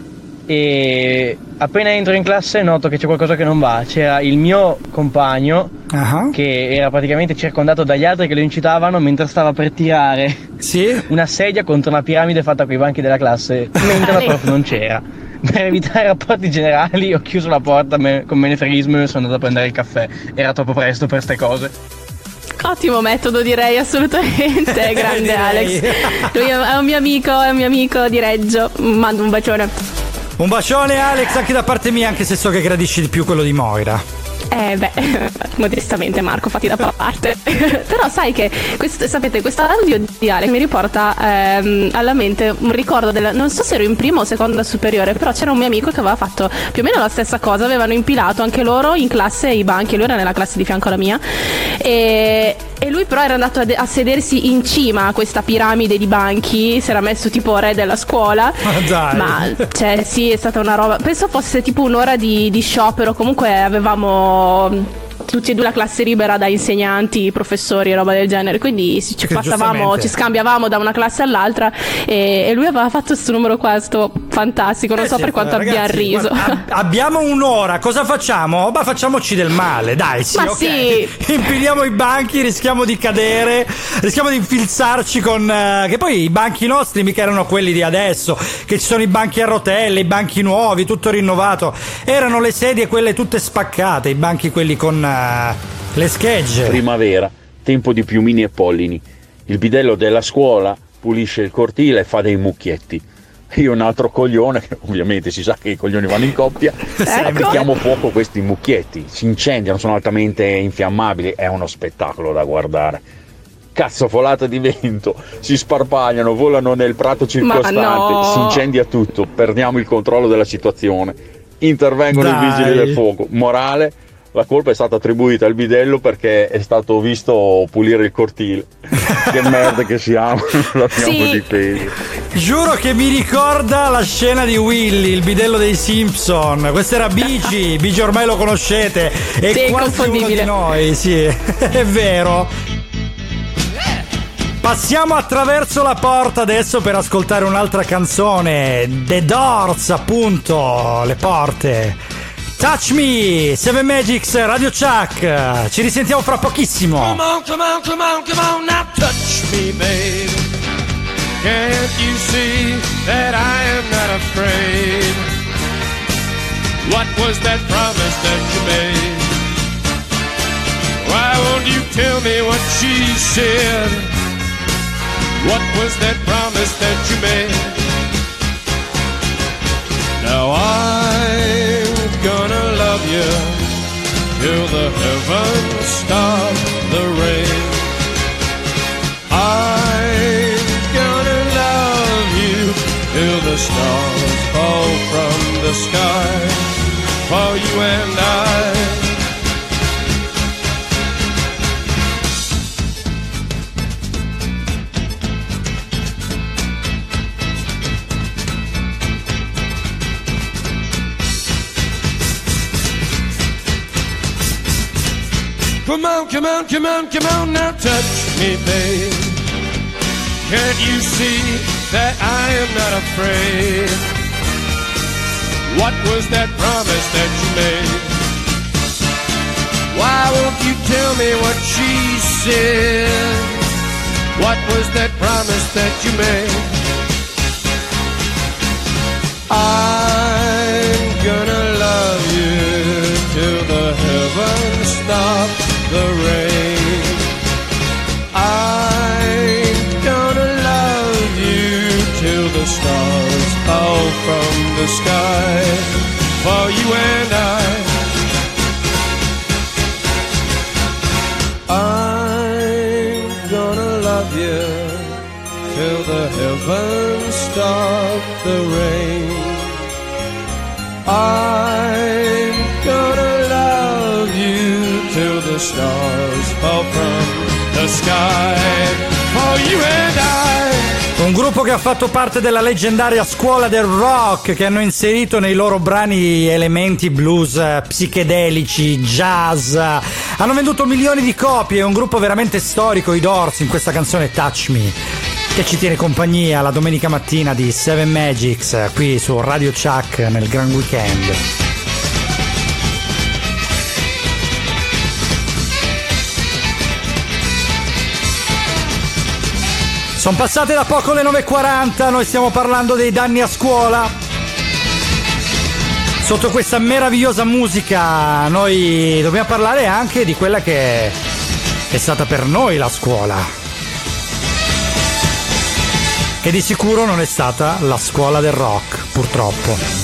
e appena entro in classe noto che c'è qualcosa che non va. C'era il mio compagno uh-huh. che era praticamente circondato dagli altri che lo incitavano mentre stava per tirare sì? una sedia contro una piramide fatta con i banchi della classe mentre la prof non c'era. Per evitare rapporti generali ho chiuso la porta me- con menefreghismo e sono andato a prendere il caffè. Era troppo presto per ste cose. Ottimo metodo, direi, assolutamente. Grande Alex. Lui è un mio amico, è un mio amico di Reggio. Mando un bacione. Un bacione Alex anche da parte mia, anche se so che gradisci di più quello di Moira. Eh beh, modestamente Marco, fatti da parte. Però sai che, questo, sapete, questo audio di Alex mi riporta ehm, alla mente un ricordo del, non so se ero in prima o seconda superiore, però c'era un mio amico che aveva fatto più o meno la stessa cosa, avevano impilato anche loro in classe i banchi, lui era nella classe di fianco alla mia e, e lui però era andato a, de- a sedersi in cima a questa piramide di banchi, si era messo tipo re della scuola. Ma dai. Ma cioè sì, è stata una roba, penso fosse tipo un'ora di, di sciopero, comunque avevamo tutti e due la classe libera da insegnanti, professori e roba del genere, quindi ci Perché passavamo, ci scambiavamo da una classe all'altra e, e lui aveva fatto questo numero qua, sto fantastico, non eh so sì, per quanto ragazzi, abbia riso. Guarda, abbiamo un'ora, cosa facciamo? Ma facciamoci del male, dai, sì, Ma ok. sì. Impiliamo i banchi, rischiamo di cadere, rischiamo di infilzarci con uh, che poi i banchi nostri mica erano quelli di adesso, che ci sono i banchi a rotelle, i banchi nuovi, tutto rinnovato. Erano le sedie quelle tutte spaccate, i banchi quelli con uh, le schegge. Primavera, tempo di piumini e pollini. Il bidello della scuola pulisce il cortile e fa dei mucchietti. Io un altro coglione, che ovviamente si sa che i coglioni vanno in coppia, Ecco. mettiamo fuoco questi mucchietti, si incendiano, sono altamente infiammabili, è uno spettacolo da guardare. Cazzofolata di vento, si sparpagliano, volano nel prato circostante, no. si incendia tutto, perdiamo il controllo della situazione, intervengono Dai. i vigili del fuoco. Morale: la colpa è stata attribuita al bidello perché è stato visto pulire il cortile. Che merda che siamo, non l'abbiamo Sì. difeso. Giuro che mi ricorda la scena di Willy, il bidello dei Simpson. Questo era Bigi, Bigi ormai lo conoscete, è Sì, è quasi uno inconfondibile. di noi, sì, è vero. Passiamo attraverso la porta adesso per ascoltare un'altra canzone, The Doors, appunto, le porte. Touch Me, Seven Magics, Radio Chuck. Ci risentiamo fra pochissimo. Come on, come on, come on, come on, now touch me, babe. Can't you see that I am not afraid? What was that promise that you made? Why won't you tell me what she said? What was that promise that you made? Now I'm gonna love you till the heavens stop the rain. I'm gonna love you till the stars fall from the sky for you and I. Come on, come on, come on, come on, now touch me, babe. Can't you see that I am not afraid? What was that promise that you made? Why won't you tell me what she said? What was that promise that you made? I'm gonna love you till the heavens stop the rain. I'm gonna love you till the stars fall fall from the sky for you and I. I'm gonna love you till the heavens stop the rain. I'm gonna love you till the stars fall from the sky for you and I. Un gruppo che ha fatto parte della leggendaria scuola del rock, che hanno inserito nei loro brani elementi blues, eh, psichedelici, jazz. Hanno venduto milioni di copie, è un gruppo veramente storico, i Doors, in questa canzone Touch Me, che ci tiene compagnia la domenica mattina di Seven Magics, eh, qui su Radio Chuck nel Gran Weekend. Sono passate da poco le nove e quaranta, noi stiamo parlando dei danni a scuola. Sotto questa meravigliosa musica noi dobbiamo parlare anche di quella che è stata per noi la scuola. Che di sicuro non è stata la scuola del rock, purtroppo.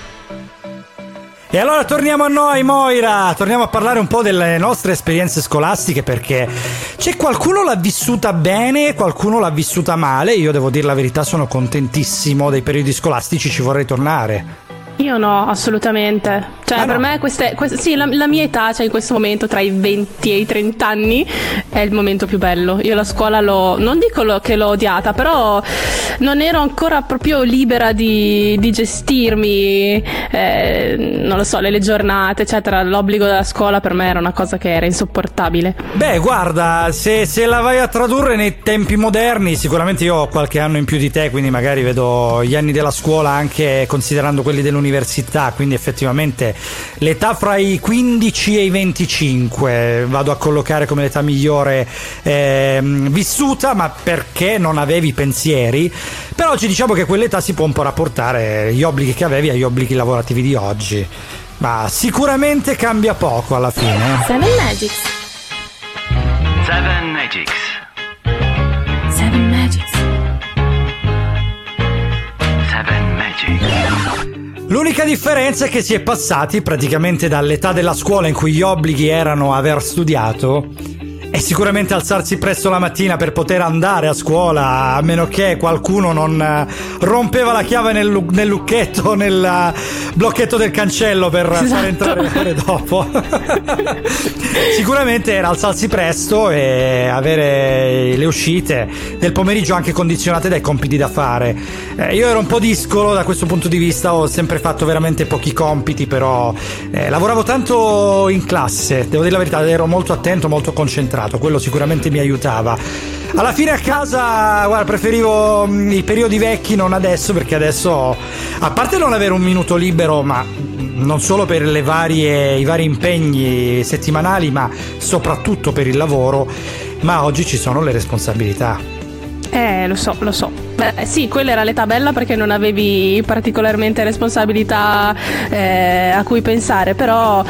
E allora torniamo a noi, Moira, torniamo a parlare un po' delle nostre esperienze scolastiche, perché c'è qualcuno l'ha vissuta bene, qualcuno l'ha vissuta male. Io devo dire la verità, sono contentissimo dei periodi scolastici, ci vorrei tornare. Io no, assolutamente. Cioè, Ah, per no? me queste, queste sì, la, la mia età, cioè in questo momento tra i venti e i trenta anni, è il momento più bello. Io la scuola l'ho, non dico lo, che l'ho odiata, però non ero ancora proprio libera di, di gestirmi, eh, non lo so, le, le giornate, eccetera. L'obbligo della scuola per me era una cosa che era insopportabile. Beh, guarda, se, se la vai a tradurre nei tempi moderni, sicuramente io ho qualche anno in più di te, quindi magari vedo gli anni della scuola anche considerando quelli dell'università, quindi effettivamente l'età fra i quindici e i venticinque vado a collocare come l'età migliore ehm, vissuta, ma perché non avevi pensieri. Però oggi diciamo che quell'età si può un po' rapportare gli obblighi che avevi agli obblighi lavorativi di oggi, ma sicuramente cambia poco alla fine. Seven Magics. Seven Magics. Seven Magics. Seven Magics. L'unica differenza è che si è passati praticamente dall'età della scuola in cui gli obblighi erano aver studiato e sicuramente alzarsi presto la mattina per poter andare a scuola, a meno che qualcuno non eh, rompeva la chiave nel, lu- nel lucchetto, nel uh, blocchetto del cancello per Esatto. far entrare le ore dopo. Sicuramente era alzarsi presto e avere le uscite del pomeriggio anche condizionate dai compiti da fare. Eh, io ero un po' discolo da questo punto di vista, ho sempre fatto veramente pochi compiti, però eh, lavoravo tanto in classe, devo dire la verità, ero molto attento, molto concentrato. Quello sicuramente mi aiutava. Alla fine a casa, guarda, preferivo mh, i periodi vecchi, non adesso, perché adesso, a parte non avere un minuto libero, ma non solo per le varie, i vari impegni settimanali, ma soprattutto per il lavoro, ma oggi ci sono le responsabilità. Eh, lo so, lo so. Beh, sì, quella era l'età bella perché non avevi particolarmente responsabilità eh, a cui pensare, però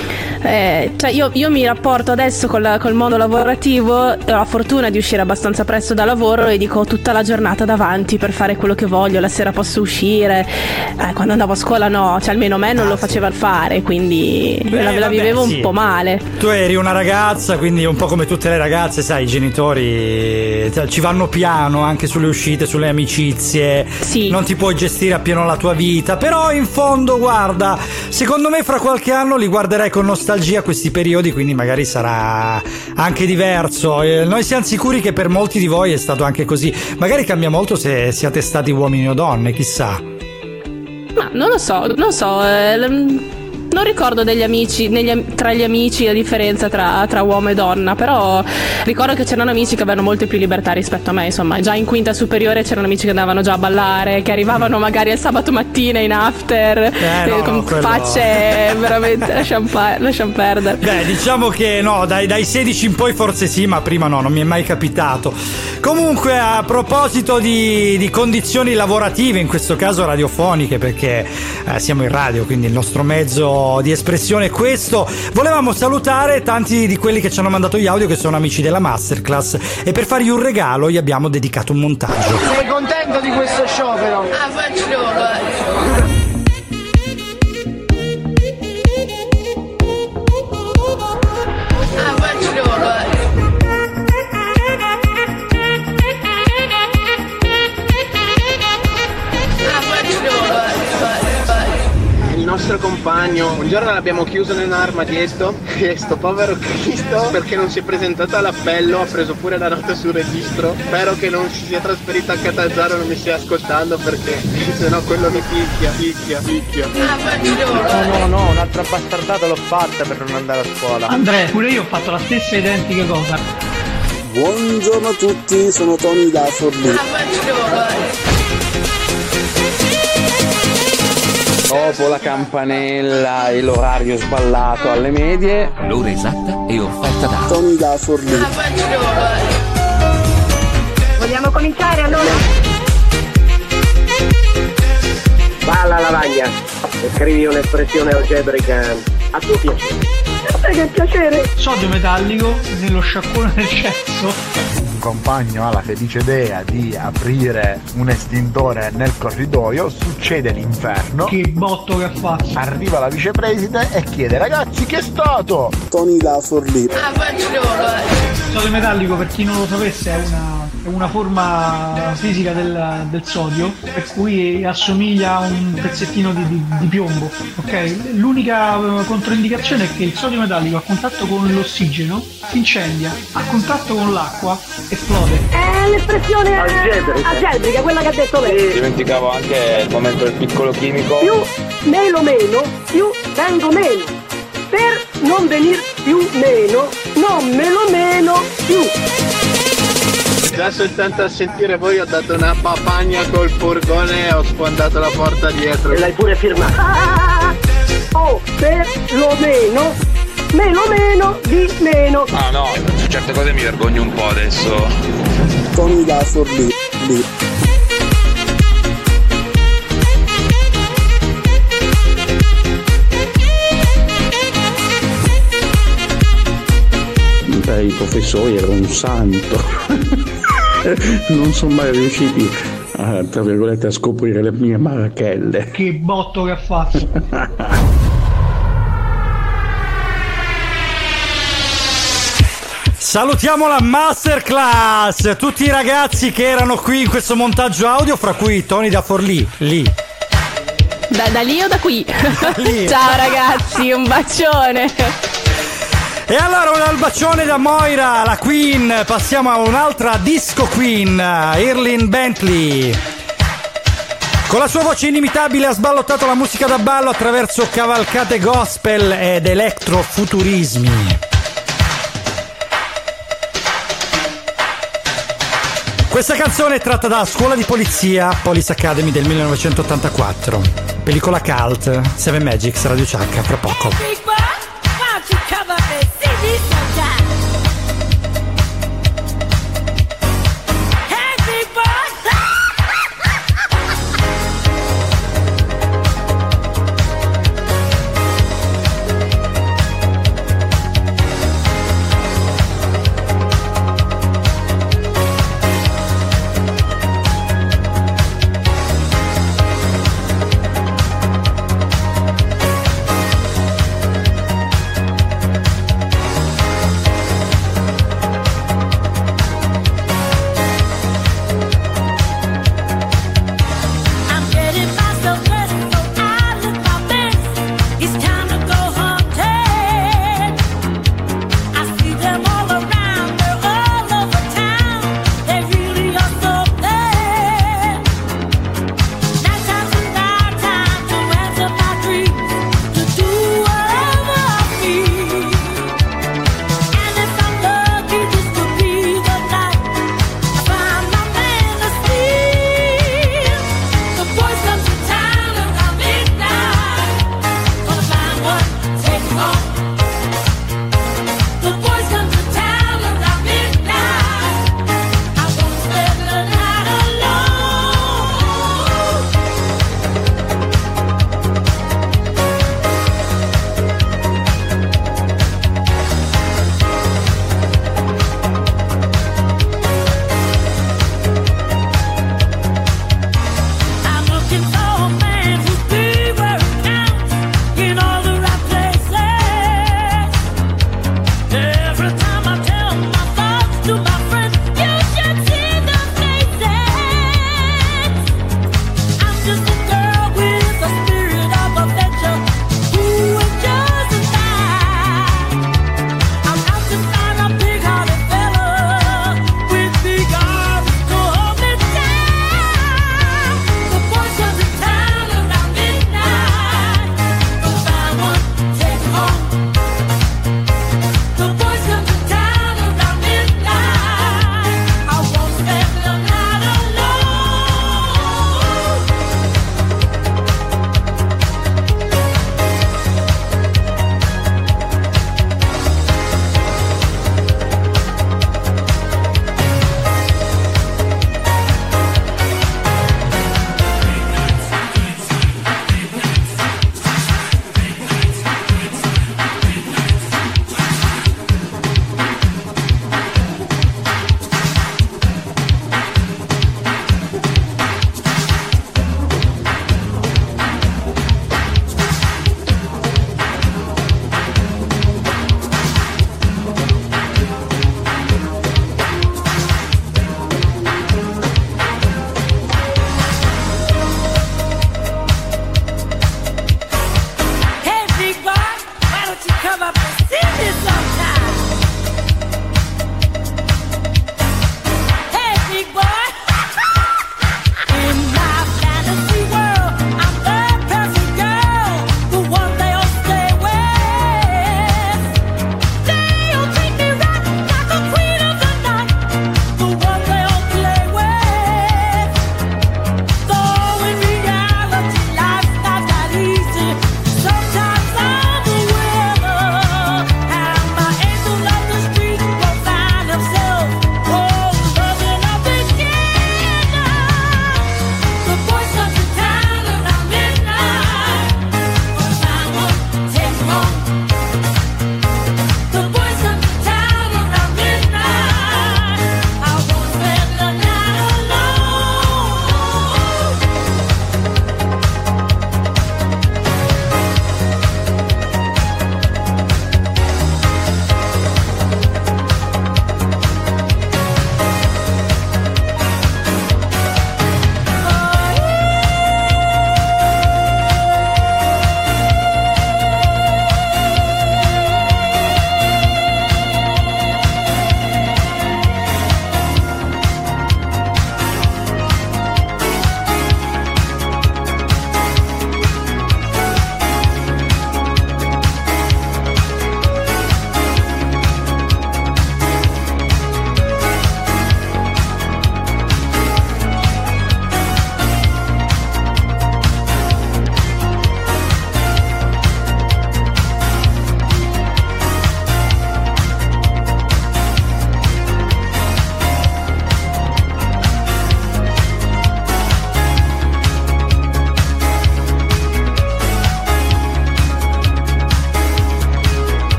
Eh, cioè io, io mi rapporto adesso col, col mondo lavorativo, ho la fortuna di uscire abbastanza presto da lavoro e dico ho tutta la giornata davanti per fare quello che voglio, la sera posso uscire. Eh, quando andavo a scuola no, cioè almeno a me non Ah, lo sì. facevano fare, quindi Beh, la, la vabbè, vivevo sì. un po' male. Tu eri una ragazza, quindi un po' come tutte le ragazze, sai, i genitori cioè, ci vanno piano anche sulle uscite, sulle amicizie, sì. Non ti puoi gestire appieno la tua vita, però in fondo, guarda, secondo me fra qualche anno li guarderai con nostalgia questi periodi, quindi magari sarà anche diverso. Eh, noi siamo sicuri che per molti di voi è stato anche così, magari cambia molto se siate stati uomini o donne, chissà. Ma non lo so, non so, eh, l- non ricordo degli amici, negli am- tra gli amici la differenza tra, tra uomo e donna, però ricordo che c'erano amici che avevano molte più libertà rispetto a me, insomma, già in quinta superiore c'erano amici che andavano già a ballare, che arrivavano magari al sabato mattina in after, Eh, no, eh, con no, quello- facce veramente, lasciamo, pa- lasciamo perdere. Beh, diciamo che no, dai, dai sedici in poi forse sì, ma prima no, non mi è mai capitato. Comunque, a proposito di, di condizioni lavorative, in questo caso radiofoniche, perché eh, siamo in radio, quindi il nostro mezzo di espressione è questo, volevamo salutare tanti di quelli che ci hanno mandato gli audio, che sono amici della Masterclass, e per fargli un regalo gli abbiamo dedicato un montaggio. Sei contento di questo sciopero? Ah, faccio. nostro compagno, un giorno l'abbiamo chiuso nell'armadietto e sto povero Cristo, perché non si è presentato all'appello, ha preso pure la nota sul registro. Spero che non si sia trasferito a Catanzaro e non mi stia ascoltando, perché sennò quello mi picchia, picchia, picchia. No, no, no, un'altra bastardata l'ho fatta per non andare a scuola. Andrea, pure io ho fatto la stessa identica cosa. Buongiorno a tutti, sono Tony da Forlì. Dopo la campanella e l'orario sballato alle medie, l'ora esatta è offerta da Tony da Forlì. Vogliamo cominciare allora? Va alla lavagna e scrivi un'espressione algebrica a tuo piacere. Che piacere! Sodio metallico nello sciacquone del cesso. Un compagno ha la felice idea di aprire un estintore nel corridoio, succede l'inferno. Che botto che ha fatto! Arriva la vicepreside e chiede: ragazzi, che è stato? Tony da Forlì. Sodio metallico, per chi non lo sapesse, è una, è una forma fisica del, del sodio, per cui assomiglia a un pezzettino di, di, di piombo, ok? L'unica controindicazione è che il sodio metallico a contatto con l'ossigeno si incendia, a contatto con l'acqua esplode. È l'espressione algebrica. algebrica, quella che ha detto lei. Dimenticavo anche il momento del piccolo chimico. Più meno meno, più vengo meno. Per non venir più meno, non me lo meno più. Già soltanto a sentire voi ho dato una papagna col furgone e ho sfondato la porta dietro. E l'hai pure firmata. Ah, oh, per lo meno, meno meno di meno. Ah no, su certe cose mi vergogno un po' adesso. Tony da Forlì. Lì. per i professori era un santo. Non sono mai riusciti a, tra virgolette, a scoprire le mie marachelle. Che botto che ha fatto. Salutiamo la masterclass, tutti i ragazzi che erano qui in questo montaggio audio, fra cui Tony da Forlì, lì. Da, da lì o da qui? Da lì. Ciao ragazzi, un bacione. E allora un bacione da Moira, la Queen, passiamo a un'altra disco queen, Irlene Bentley. Con la sua voce inimitabile ha sballottato la musica da ballo attraverso cavalcate gospel ed elettrofuturismi. Questa canzone è tratta da Scuola di Polizia, Police Academy del millenovecentottantaquattro. Pellicola cult, Seven Magics, Radio Chakra, fra poco.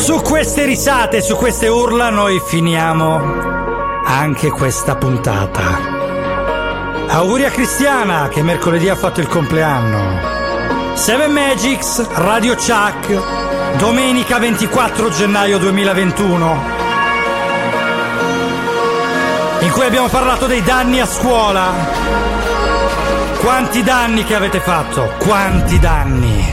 Su queste risate, su queste urla noi finiamo anche questa puntata. Auguri a Cristiana che mercoledì ha fatto il compleanno. Seven Magics, Radio Chuck, domenica ventiquattro gennaio duemilaventuno, in cui abbiamo parlato dei danni a scuola. Quanti danni che avete fatto? Quanti danni?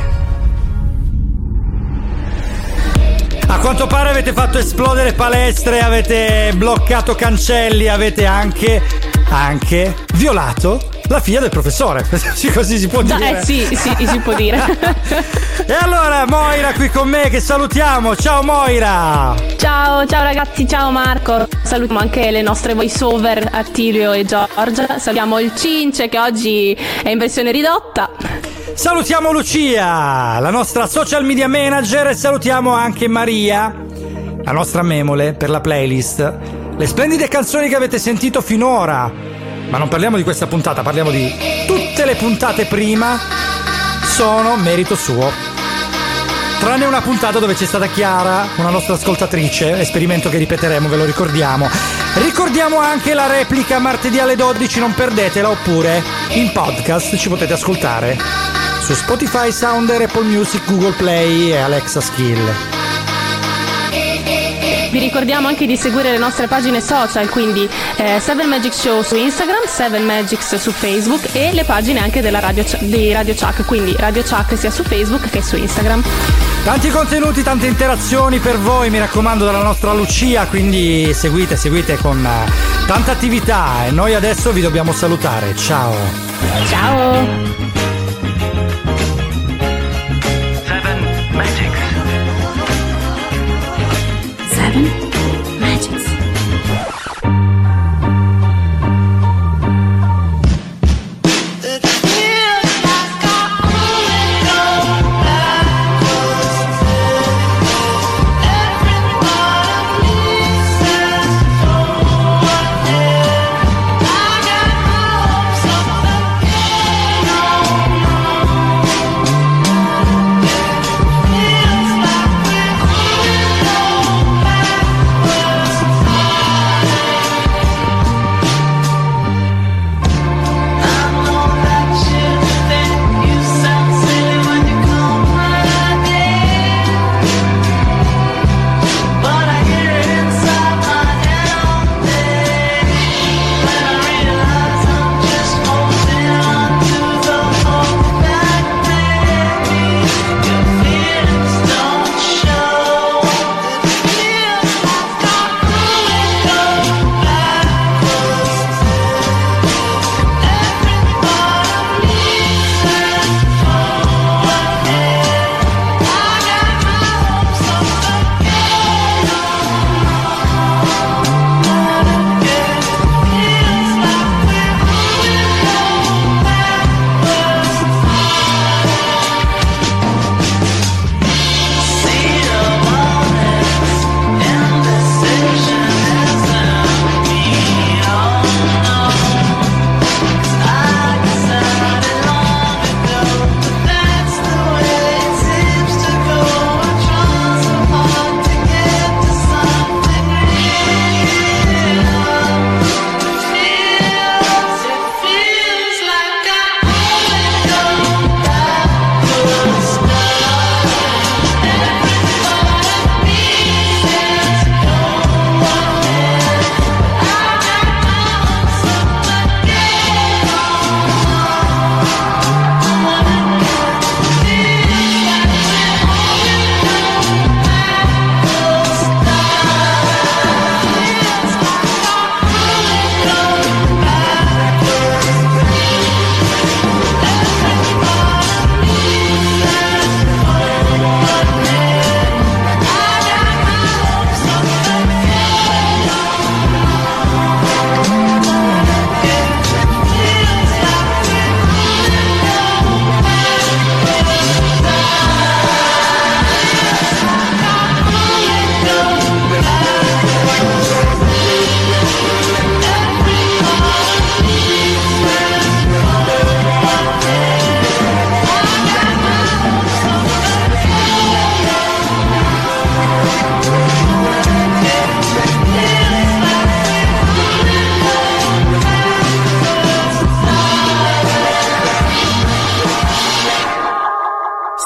A quanto pare avete fatto esplodere palestre, avete bloccato cancelli, avete anche, anche violato la figlia del professore. Così si può dire. Eh sì, sì, si può dire. E allora Moira qui con me che salutiamo. Ciao Moira. Ciao, ciao ragazzi, ciao Marco. Salutiamo anche le nostre voice over Attilio e Giorgia. Salutiamo il Cince che oggi è in versione ridotta. Salutiamo Lucia, la nostra social media manager, e salutiamo anche Maria, la nostra memole per la playlist. Le splendide canzoni che avete sentito finora, ma non parliamo di questa puntata, parliamo di tutte le puntate prima, sono merito suo. Tranne una puntata dove c'è stata Chiara, una nostra ascoltatrice, esperimento che ripeteremo, ve lo ricordiamo. Ricordiamo anche la replica martedì alle dodici, non perdetela, oppure in podcast ci potete ascoltare su Spotify, Sounder, Apple Music, Google Play e Alexa Skill. Vi ricordiamo anche di seguire le nostre pagine social, quindi eh, Seven Magics Show su Instagram, Seven Magics su Facebook e le pagine anche della radio, di Radio Chuck, quindi Radio Chuck sia su Facebook che su Instagram. Tanti contenuti, tante interazioni per voi, mi raccomando, dalla nostra Lucia, quindi seguite, seguite con uh, tanta attività, e noi adesso vi dobbiamo salutare. Ciao. Ciao. Seven Magics. I got hopes of a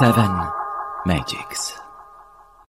Seven